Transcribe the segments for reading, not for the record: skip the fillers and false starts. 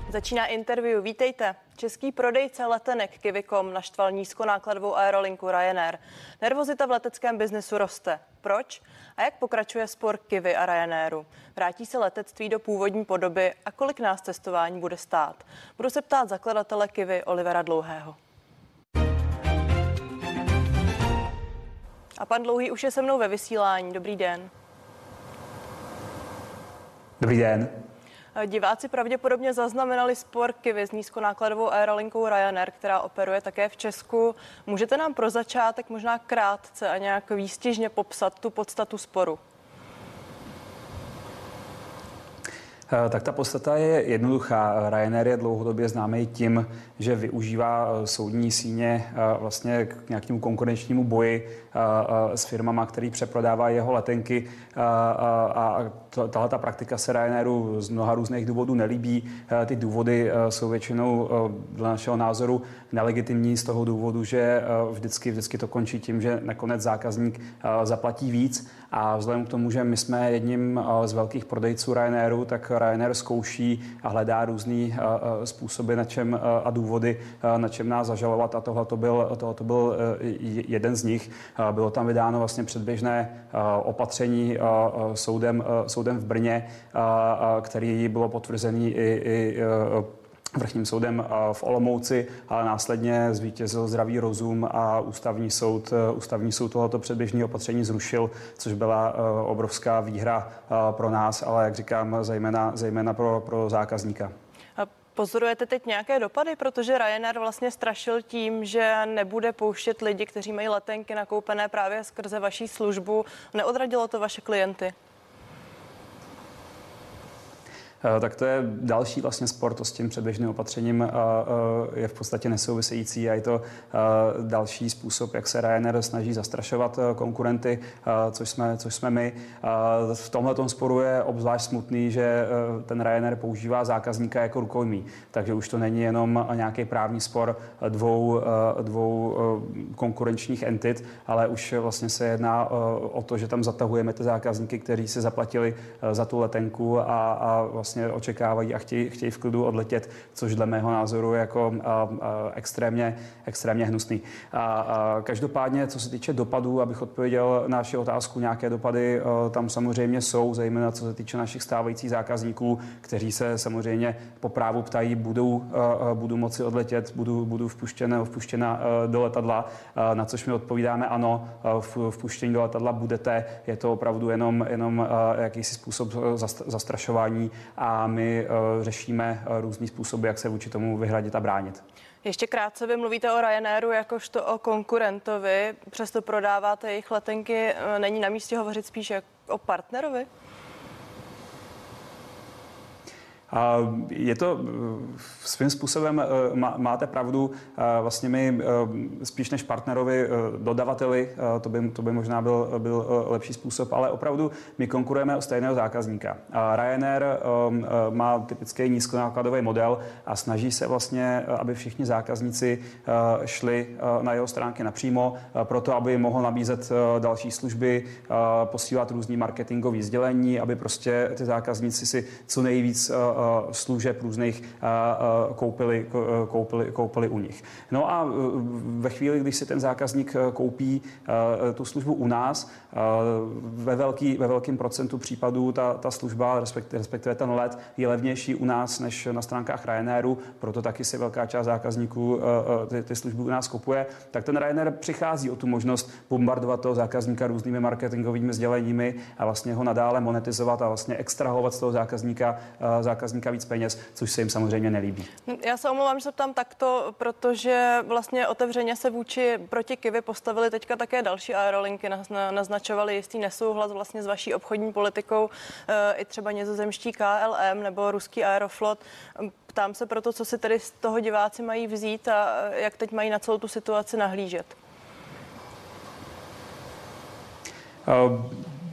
Začíná interview. Vítejte. Český prodejce letenek Kiwi.com naštval nízkonákladovou aerolinku Ryanair. Nervozita v leteckém biznesu roste. Proč? A jak pokračuje spor Kiwi a Ryanairu? Vrátí se letectví do původní podoby a kolik nás cestování bude stát? Budu se ptát zakladatele Kiwi Olivera Dlouhého. A pan Dlouhý už je se mnou ve vysílání. Dobrý den. Dobrý den. Diváci pravděpodobně zaznamenali spor Kiwi s nízkonákladovou aerolinkou Ryanair, která operuje také v Česku. Můžete nám pro začátek možná krátce a nějak výstižně popsat tu podstatu sporu? Tak ta podstata je jednoduchá. Ryanair je dlouhodobě známý tím, že využívá soudní síně vlastně k nějakému konkurenčnímu boji s firmama, který přeprodávají jeho letenky. A tahle ta praktika se Ryanairu z mnoha různých důvodů nelíbí. Ty důvody jsou většinou dle našeho názoru nelegitimní z toho důvodu, že vždycky to končí tím, že nakonec zákazník zaplatí víc. A vzhledem k tomu, že my jsme jedním z velkých prodejců Ryanairu, tak Ryanair zkouší a hledá různý způsoby a důvody, na čem nás zažalovat, a tohle byl jeden z nich. Bylo tam vydáno vlastně předběžné opatření soudem v Brně, který bylo potvrzený i vrchním soudem v Olomouci, ale následně zvítězil zdravý rozum a ústavní soud tohoto předběžné opatření zrušil, což byla obrovská výhra pro nás, ale jak říkám, zejména pro zákazníka. Pozorujete teď nějaké dopady, protože Ryanair vlastně strašil tím, že nebude pouštět lidi, kteří mají letenky nakoupené právě skrze vaší službu. Neodradilo to vaše klienty? Tak to je další vlastně spor, to s tím předběžným opatřením je v podstatě nesouvisející a je to další způsob, jak se Ryanair snaží zastrašovat konkurenty, což jsme my. V tomhletom sporu je obzvlášť smutný, že ten Ryanair používá zákazníka jako rukojmí, takže už to není jenom nějaký právní spor dvou konkurenčních entit, ale už vlastně se jedná o to, že tam zatahujeme ty zákazníky, kteří si zaplatili za tu letenku a vlastně očekávají a chtějí v klidu odletět, což dle mého názoru je jako extrémně hnusný. Každopádně, co se týče dopadů, abych odpověděl na naši otázku, nějaké dopady tam samozřejmě jsou, zejména co se týče našich stávajících zákazníků, kteří se samozřejmě po právu ptají, budu moci odletět, budu vpuštěna do letadla, na což my odpovídáme ano, vpuštění do letadla budete, je to opravdu jenom jakýsi způsob zastrašování a my řešíme různý způsoby, jak se vůči tomu vyhradit a bránit. Ještě krátce, vy mluvíte o Ryanairu jakožto o konkurentovi, přesto prodáváte jejich letenky. Není na místě hovořit spíše o partnerovi? Je to svým způsobem, máte pravdu, vlastně my spíš než partnerovi dodavateli, to by možná byl lepší způsob, ale opravdu my konkurujeme o stejného zákazníka. Ryanair má typický nízkonákladový model a snaží se vlastně, aby všichni zákazníci šli na jeho stránky napřímo, proto aby mohl nabízet další služby, posílat různý marketingový sdělení, aby prostě ty zákazníci si co nejvíc služeb různých koupili u nich. No a ve chvíli, když si ten zákazník koupí tu službu u nás, ve velkém procentu případů ta služba, respektive ten let, je levnější u nás než na stránkách Ryanairu, proto taky si velká část zákazníků ty služby u nás kupuje, tak ten Ryanair přichází o tu možnost bombardovat toho zákazníka různými marketingovými sděleními a vlastně ho nadále monetizovat a vlastně extrahovat z toho zákazníka víc peněz, což se jim samozřejmě nelíbí. Já se omlouvám, že se ptám takto, protože vlastně otevřeně se proti Kiwi postavili teďka také další aerolinky, naznačovali jistý nesouhlas vlastně s vaší obchodní politikou, i třeba nizozemští KLM nebo ruský Aeroflot. Ptám se proto, co si tedy z toho diváci mají vzít a jak teď mají na celou tu situaci nahlížet.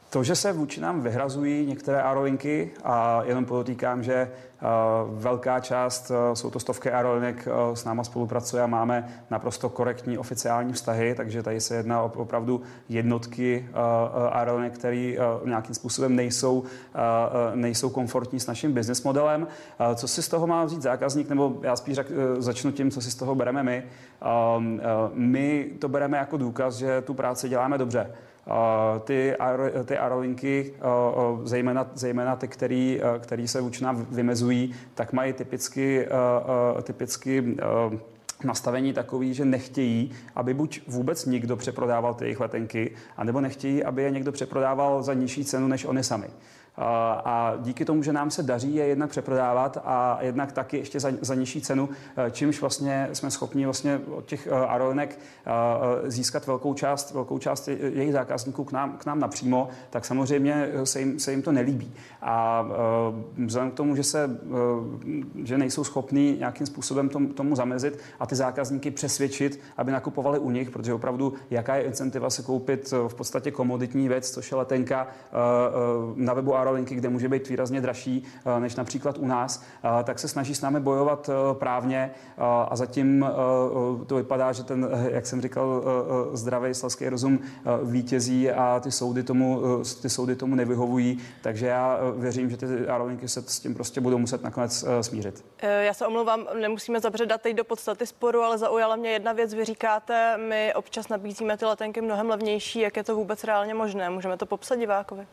To, že se vůči nám vyhrazují některé aerolinky, a jenom podotýkám, že velká část, jsou to stovky aerolinek, s náma spolupracuje a máme naprosto korektní oficiální vztahy, takže tady se jedná opravdu jednotky aerolinek, které nějakým způsobem nejsou komfortní s naším business modelem. Co si z toho má vzít zákazník, nebo já spíš začnu tím, co si z toho bereme my. My to bereme jako důkaz, že tu práci děláme dobře. Ty aerolinky, zejména ty, který se vůči nám vymezují, tak mají typicky nastavení takový, že nechtějí, aby buď vůbec nikdo přeprodával ty jejich letenky, anebo nechtějí, aby je někdo přeprodával za nižší cenu než oni sami. A díky tomu, že nám se daří je jednak přeprodávat a jednak taky ještě za nižší cenu, čímž vlastně jsme schopni vlastně od těch aerolinek získat velkou část jejich zákazníků k nám napřímo, tak samozřejmě se jim to nelíbí. A vzhledem k tomu, že nejsou schopní nějakým způsobem tomu zamezit a ty zákazníky přesvědčit, aby nakupovali u nich, protože opravdu jaká je incentiva se koupit v podstatě komoditní věc, což je letenka na webu aerolinky, kde může být výrazně dražší než například u nás, tak se snaží s námi bojovat právně a zatím to vypadá, že ten, jak jsem říkal, zdravý selský rozum vítězí a ty soudy tomu nevyhovují, takže já věřím, že ty aerolinky se s tím prostě budou muset nakonec smířit. Já se omlouvám, nemusíme zabředat teď do podstaty sporu, ale zaujala mě jedna věc. Vy říkáte, my občas nabízíme ty letenky mnohem levnější. Jak je to vůbec reálně možné? Můžeme to popsat divákovi?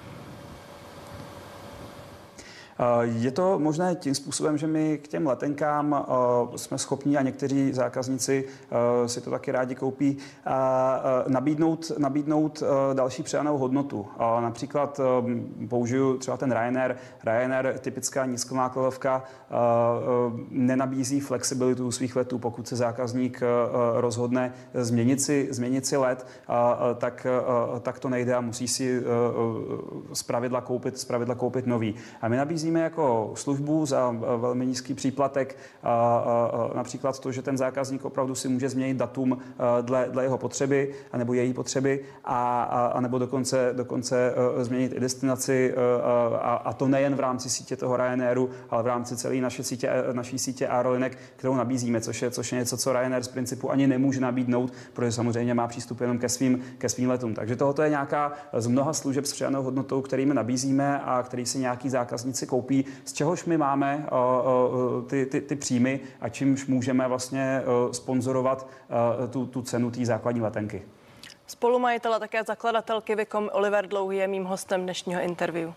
Je to možné tím způsobem, že my k těm letenkám jsme schopni a někteří zákazníci si to taky rádi koupí, nabídnout další přidanou hodnotu. Například použiju třeba ten Ryanair. Ryanair, typická nízkonákladovka, nenabízí flexibilitu svých letů. Pokud se zákazník rozhodne změnit si let, tak to nejde a musí si zpravidla koupit nový. A my nabízíme jako službu za velmi nízký příplatek například to, že ten zákazník opravdu si může změnit datum dle jeho potřeby anebo její potřeby a nebo dokonce změnit i destinaci a to nejen v rámci sítě toho Ryanairu, ale v rámci celé naší sítě aerolinek, kterou nabízíme, což je něco, co Ryanair z principu ani nemůže nabídnout, protože samozřejmě má přístup jenom ke svým letům. Takže tohoto je nějaká z mnoha služeb s přidanou hodnotou, kterými nabízíme a který si nějaký zákazníci koupí, z čehož my máme ty příjmy a čímž můžeme vlastně sponzorovat tu cenu té základní letenky. Spolumajitel a také zakladatel Kiwi.com Oliver Dlouhý je mým hostem dnešního interview.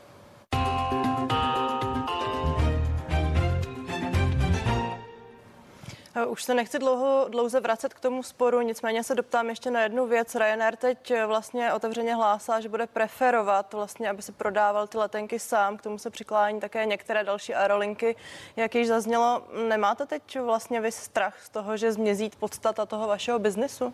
Už se nechci dlouze vracet k tomu sporu, nicméně se doptám ještě na jednu věc. Ryanair teď vlastně otevřeně hlásá, že bude preferovat vlastně, aby se prodával ty letenky sám. K tomu se přiklání také některé další aerolinky. Jak již zaznělo, nemáte teď vlastně vy strach z toho, že zmizí podstata toho vašeho biznesu?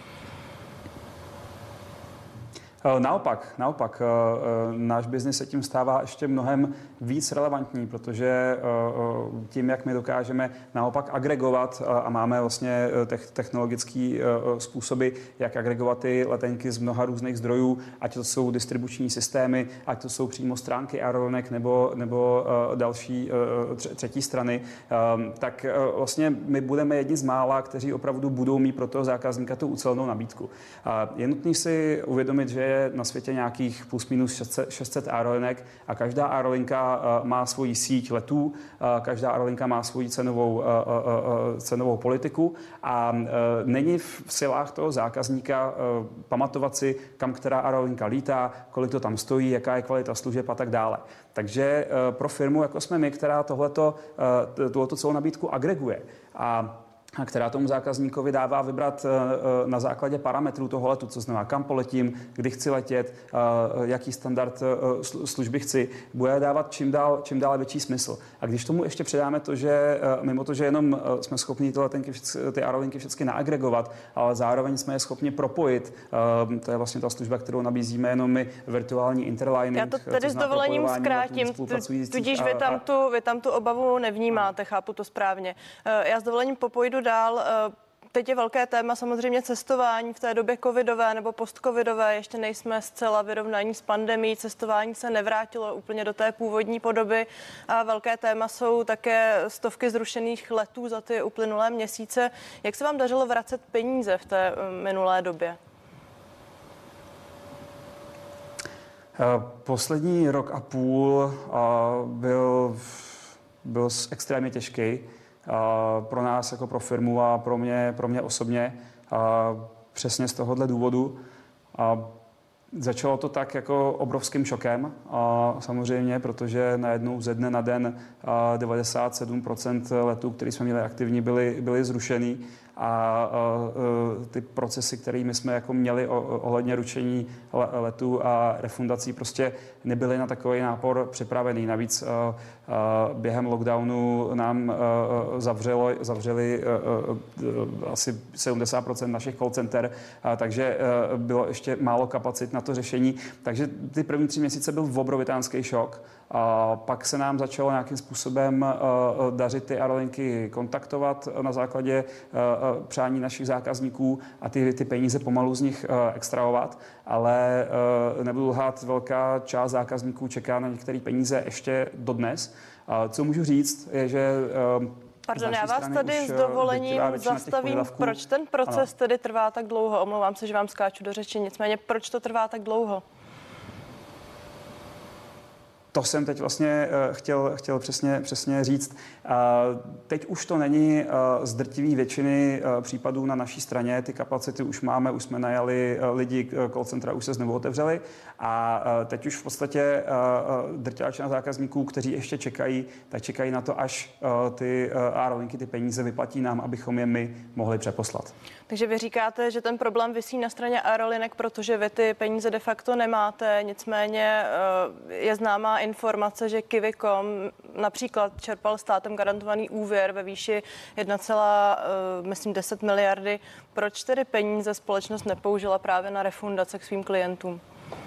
Naopak, náš biznis se tím stává ještě mnohem víc relevantní, protože tím, jak my dokážeme naopak agregovat a máme vlastně technologické způsoby, jak agregovat ty letenky z mnoha různých zdrojů, ať to jsou distribuční systémy, ať to jsou přímo stránky aerolinek nebo další třetí strany, tak vlastně my budeme jedni z mála, kteří opravdu budou mít pro toho zákazníka tu ucelenou nabídku. Je nutné si uvědomit, že je na světě nějakých plus minus 600 aerolinek a každá aerolinka má svoji síť letů, každá aerolinka má svoji cenovou politiku a není v silách toho zákazníka pamatovat si, kam která aerolinka lítá, kolik to tam stojí, jaká je kvalita služeb a tak dále. Takže pro firmu, jako jsme my, která tuhleto celou nabídku agreguje a která tomu zákazníkovi dává vybrat na základě parametrů toho letu, co znamená, kam poletím, kdy chci letět, jaký standard služby chci, bude dávat čím dál větší smysl. A když tomu ještě přidáme to, že mimo to, že jenom jsme schopni ty aerolinky všechny naagregovat, ale zároveň jsme je schopni propojit, to je vlastně ta služba, kterou nabízíme jenom my, virtuální interlining. Já to tedy s dovolením zkrátím, tudíž vy tam tu obavu nevnímáte, chápu to správně. Já s dovolením popojdu dál. Teď je velké téma samozřejmě cestování v té době covidové nebo postcovidové. Ještě nejsme zcela vyrovnaní s pandemií. Cestování se nevrátilo úplně do té původní podoby a velké téma jsou také stovky zrušených letů za ty uplynulé měsíce. Jak se vám dařilo vracet peníze v té minulé době? Poslední rok a půl byl extrémně těžký pro nás jako pro firmu a pro mě osobně. Přesně z tohohle důvodu. Začalo to tak jako obrovským šokem, samozřejmě, protože najednou ze dne na den 97% letů, které jsme měli aktivní, byly zrušený a ty procesy, kterými jsme jako měli ohledně ručení letů a refundací, prostě nebyly na takový nápor připravený. Navíc během lockdownu nám zavřeli asi 70% našich call center, takže bylo ještě málo kapacit na to řešení. Takže ty první 3 měsíce byl obrovitánský šok. A pak se nám začalo nějakým způsobem dařit ty aerolinky kontaktovat na základě přání našich zákazníků a ty peníze pomalu z nich extrahovat, ale nebudu lhát, velká část zákazníků čeká na některé peníze ještě dodnes. Co můžu říct, je, že Pardon, já vás tady s dovolením zastavím. Proč ten proces tedy trvá tak dlouho? Omlouvám se, že vám skáču do řeči, nicméně proč to trvá tak dlouho? To jsem teď vlastně chtěl přesně říct. Teď už to není z drtivé většiny případů na naší straně. Ty kapacity už máme, už jsme najali lidi, call centra už se znovu otevřeli a teď už v podstatě drtivá většina zákazníků, kteří ještě čekají, tak čekají na to, až ty aerolinky ty peníze vyplatí nám, abychom je my mohli přeposlat. Takže vy říkáte, že ten problém visí na straně aerolinek, protože vy ty peníze de facto nemáte, nicméně je známá informace, že Kiwi.com například čerpal státem garantovaný úvěr ve výši 10 miliardy. Proč tedy peníze společnost nepoužila právě na refundace k svým klientům?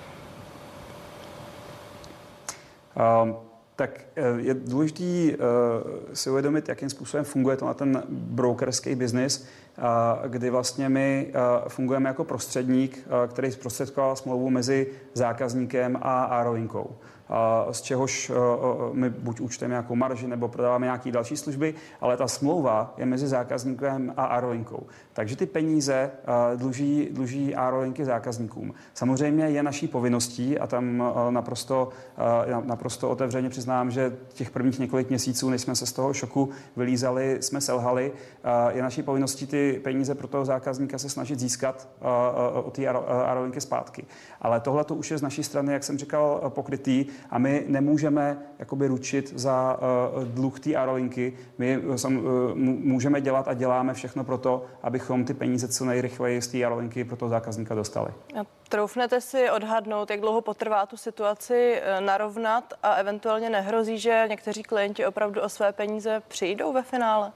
Tak je důležité si uvědomit, jakým způsobem funguje to na ten brokerský biznis, kdy vlastně my fungujeme jako prostředník, který zprostředkoval smlouvu mezi zákazníkem a aerolinkou. Z čehož my buď účtujeme nějakou marži nebo prodáváme nějaké další služby, ale ta smlouva je mezi zákazníkem a aerolinkou. Takže ty peníze dluží aerolinky zákazníkům. Samozřejmě je naší povinností a tam naprosto otevřeně přiznám, že těch prvních několik měsíců, než jsme se z toho šoku vylízali, jsme selhali. Je naší povinností ty peníze pro toho zákazníka se snažit získat od té aerolinky zpátky. Ale tohle to už je z naší strany, jak jsem říkal, pokrytý a my nemůžeme jakoby ručit za dluh té aerolinky. My můžeme dělat a děláme všechno pro to, abychom ty peníze co nejrychleji z té aerolinky pro toho zákazníka dostali. A troufnete si odhadnout, jak dlouho potrvá tu situaci narovnat a eventuálně nehrozí, že někteří klienti opravdu o své peníze přijdou ve finále?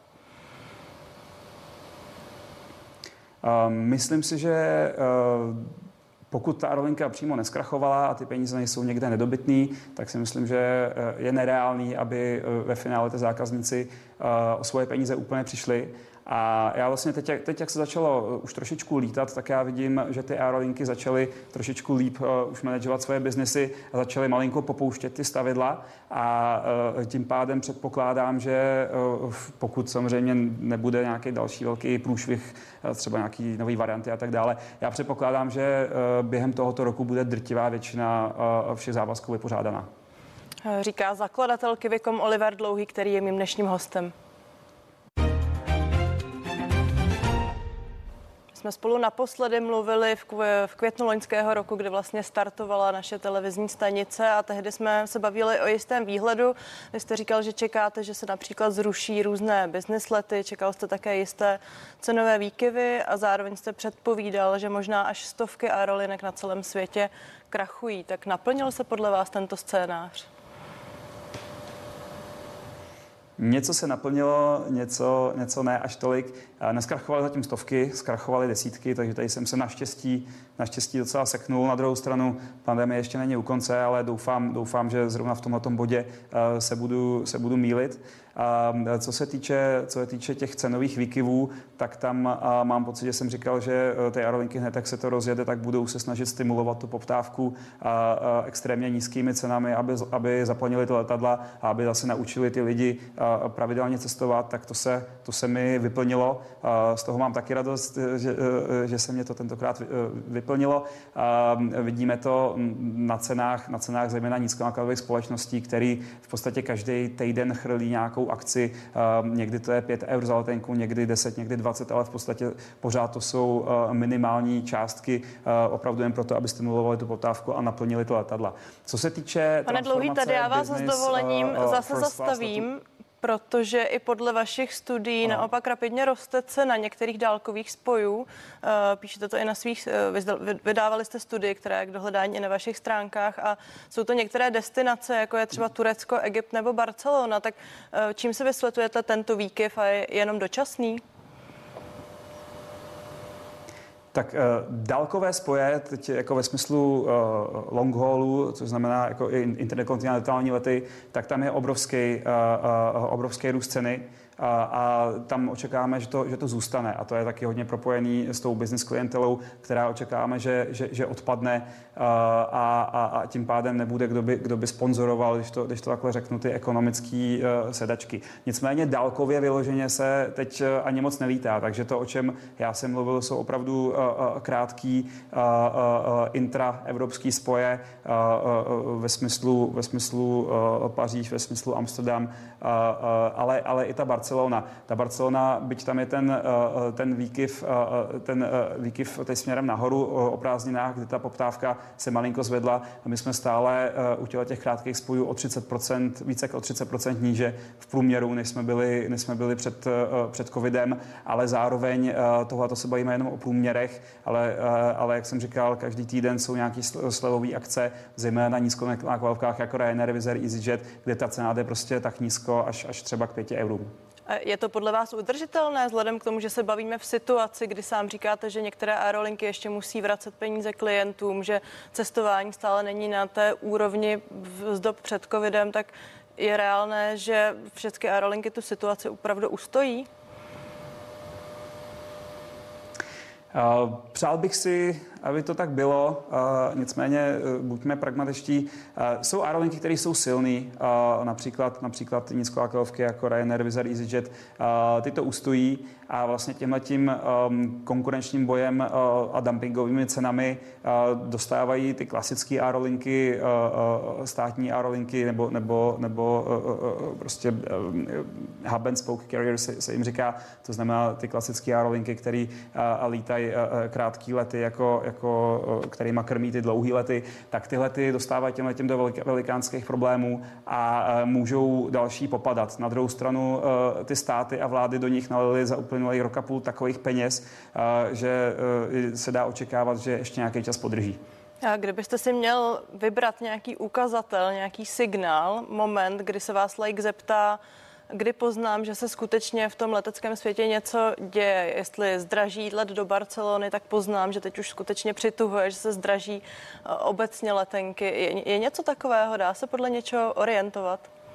Myslím si, že pokud ta aerolinka přímo neskrachovala a ty peníze nejsou někde nedobytný, tak si myslím, že je nereálný, aby ve finále ty zákazníci o svoje peníze úplně přišli. A já vlastně teď, jak se začalo už trošičku lítat, tak já vidím, že ty aerolinky začaly trošičku líp už manažovat svoje biznesy a začaly malinko popouštět ty stavidla a tím pádem předpokládám, že pokud samozřejmě nebude nějaký další velký průšvih, třeba nějaký nový varianty a tak dále, já předpokládám, že během tohoto roku bude drtivá většina všech závazků vypořádaná. Říká zakladatel Kiwi.com Oliver Dlouhý, který je mým dnešním hostem. Jsme spolu naposledy mluvili v květnu loňského roku, kdy vlastně startovala naše televizní stanice a tehdy jsme se bavili o jistém výhledu. Vy jste říkal, že čekáte, že se například zruší různé business lety, čekal jste také jisté cenové výkyvy a zároveň jste předpovídal, že možná až stovky aerolinek na celém světě krachují. Tak naplnil se podle vás tento scénář? Něco se naplnilo, něco ne až tolik. Neskrachovaly zatím stovky, zkrachovaly desítky, takže tady jsem se naštěstí docela seknul. Na druhou stranu pandemie ještě není u konce, ale doufám, že zrovna v tomhletom bodě se budu mýlit. Co se týče těch cenových výkyvů, tak tam mám pocit, že jsem říkal, že ty aerolinky hned, jak se to rozjede, tak budou se snažit stimulovat tu poptávku extrémně nízkými cenami, aby zaplnili ty letadla a aby zase naučili ty lidi pravidelně cestovat, tak to se mi vyplnilo. Z toho mám taky radost, že se mě to tentokrát vyplnilo. Vidíme to na cenách zejména nízkonákladových společností, který v podstatě každý týden chrlí nějakou akci. Někdy to je 5 eur za letenku, někdy 10, někdy 20, ale v podstatě pořád to jsou minimální částky opravdu jen proto, aby stimulovali tu poptávku a naplnili to letadla. Co se týče Pane Dlouhý, tady já vás s dovolením zase zastavím. Protože i podle vašich studií naopak rapidně roste cena některých dálkových spojů. Píšete to i na svých, vydávali jste studii, která je k dohledání i na vašich stránkách a jsou to některé destinace, jako je třeba Turecko, Egypt nebo Barcelona. Tak čím se vysvětlujete tento výkyv a je jenom dočasný? Tak dálkové spoje, teď jako ve smyslu long haulu, což znamená jako i interkontinentální lety, tak tam je obrovský růst ceny. A tam očekáváme, že to zůstane. A to je taky hodně propojený s tou business klientelou, která očekáváme, že odpadne a tím pádem nebude, kdo by sponzoroval, když to takhle řeknu, ty ekonomické sedačky. Nicméně dálkově vyloženě se teď ani moc nelítá, takže to, o čem já jsem mluvil, jsou opravdu krátký intraevropský spoje ve smyslu Paříž, ve smyslu Amsterdam, ale i ta Barcelona. Ta Barcelona, byť tam je ten výkyv teď směrem nahoru o prázdninách, kde ta poptávka se malinko zvedla. My jsme stále u těch krátkých spojů o 30%, více jak o 30% níže v průměru, než jsme byli před covidem, ale zároveň tohle se bavíme jenom o průměrech, ale jak jsem říkal, každý týden jsou nějaké slevové akce, zejména na nízkonákladovkách jako Ryanair, Wizz Air, EasyJet, kde ta cena jde prostě tak nízko až třeba k 5 eurům. Je to podle vás udržitelné, vzhledem k tomu, že se bavíme v situaci, kdy sám říkáte, že některé aerolinky ještě musí vracet peníze klientům, že cestování stále není na té úrovni z dob před covidem, tak je reálné, že všechny aerolinky tu situaci opravdu ustojí? Přál bych si, aby to tak bylo, nicméně buďme pragmatičtí. Jsou aerolinky, které jsou silný, například nízkonákladovky jako Ryanair, Wizz Air, EasyJet, ty to ustojí a vlastně tímhletím konkurenčním bojem a dumpingovými cenami dostávají ty klasické aerolinky, státní aerolinky nebo prostě hub and spoke carrier se jim říká, to znamená ty klasické aerolinky, které lítají krátký lety, kterýma krmí ty dlouhý lety, tak ty lety dostávají těmhletím do velikánských problémů a můžou další popadat. Na druhou stranu ty státy a vlády do nich nalily za uplynulý rok a půl takových peněz, že se dá očekávat, že ještě nějaký čas podrží. A kdybyste si měl vybrat nějaký ukazatel, nějaký signál, moment, kdy se vás laik zeptá, kdy poznám, že se skutečně v tom leteckém světě něco děje. Jestli zdraží let do Barcelony, tak poznám, že teď už skutečně přituhuje, že se zdraží obecně letenky. Je něco takového? Dá se podle něčeho orientovat?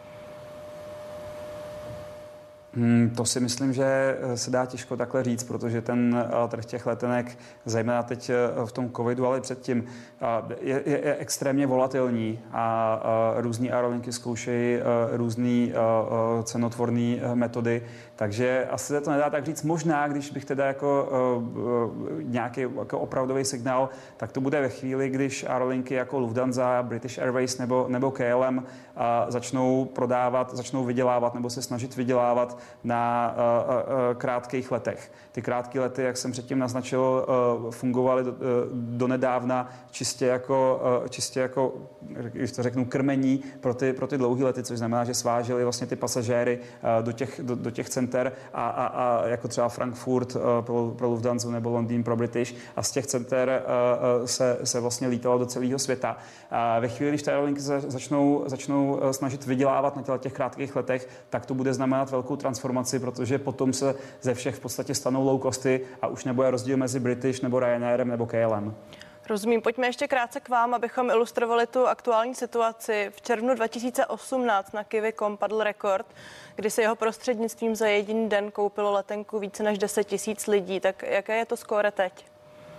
To si myslím, že se dá těžko takhle říct, protože ten trh těch letenek, zejména teď v tom covidu, ale i předtím, je extrémně volatilní a různý aerolinky zkoušejí různý cenotvorné metody, takže asi se to nedá tak říct. Možná, když bych teda jako nějaký jako opravdový signál, tak to bude ve chvíli, když aerolinky jako Lufthansa, British Airways nebo KLM začnou vydělávat nebo se snažit vydělávat na krátkých letech. Ty krátké lety, jak jsem předtím naznačil, fungovaly donedávna čistě jako, když to řeknu, krmení pro ty dlouhé lety, což znamená, že sváželi vlastně ty pasažéry do těch center a jako třeba Frankfurt pro Lufthansa nebo Londýn pro British a z těch center se vlastně lítalo do celého světa. A ve chvíli, když ty aerolinky začnou snažit vydělávat na těch krátkých letech, tak to bude znamenat velkou transformaci transformaci, protože potom se ze všech v podstatě stanou low costy a už nebude rozdíl mezi British nebo Ryanairem nebo KLM. Rozumím. Pojďme ještě krátce k vám, abychom ilustrovali tu aktuální situaci. V červnu 2018 na Kiwi.com padl rekord, kdy se jeho prostřednictvím za jediný den koupilo letenku více než 10 000 lidí. Tak jaké je to skóre teď?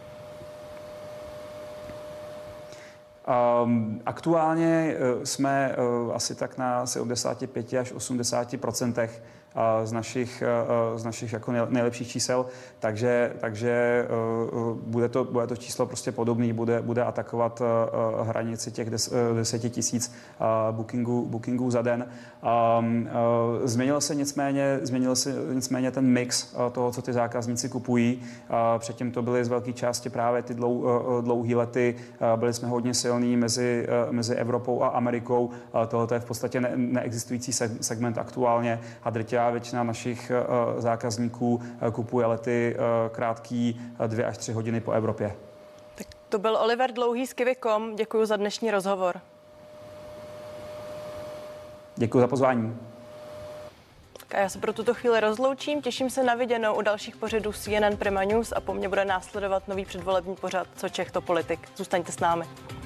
Aktuálně jsme asi tak na 75 až 80% z našich jako nejlepších čísel, takže bude to číslo prostě podobný, bude atakovat hranici těch 10 000 bookingů za den. Změnil se nicméně ten mix toho, co ty zákazníci kupují. Předtím to byly z velké části právě ty dlouhé lety, byli jsme hodně silní mezi Evropou a Amerikou. Tohle je v podstatě neexistující segment aktuálně a drtivá většina našich zákazníků kupuje lety krátký 2 až 3 hodiny po Evropě. Tak to byl Oliver Dlouhý z Kiwi.com. Děkuji za dnešní rozhovor. Děkuji za pozvání. A já se pro tuto chvíli rozloučím. Těším se na viděnou u dalších pořadů CNN Prima News a po mně bude následovat nový předvolební pořad Co Čech, to politik. Zůstaňte s námi.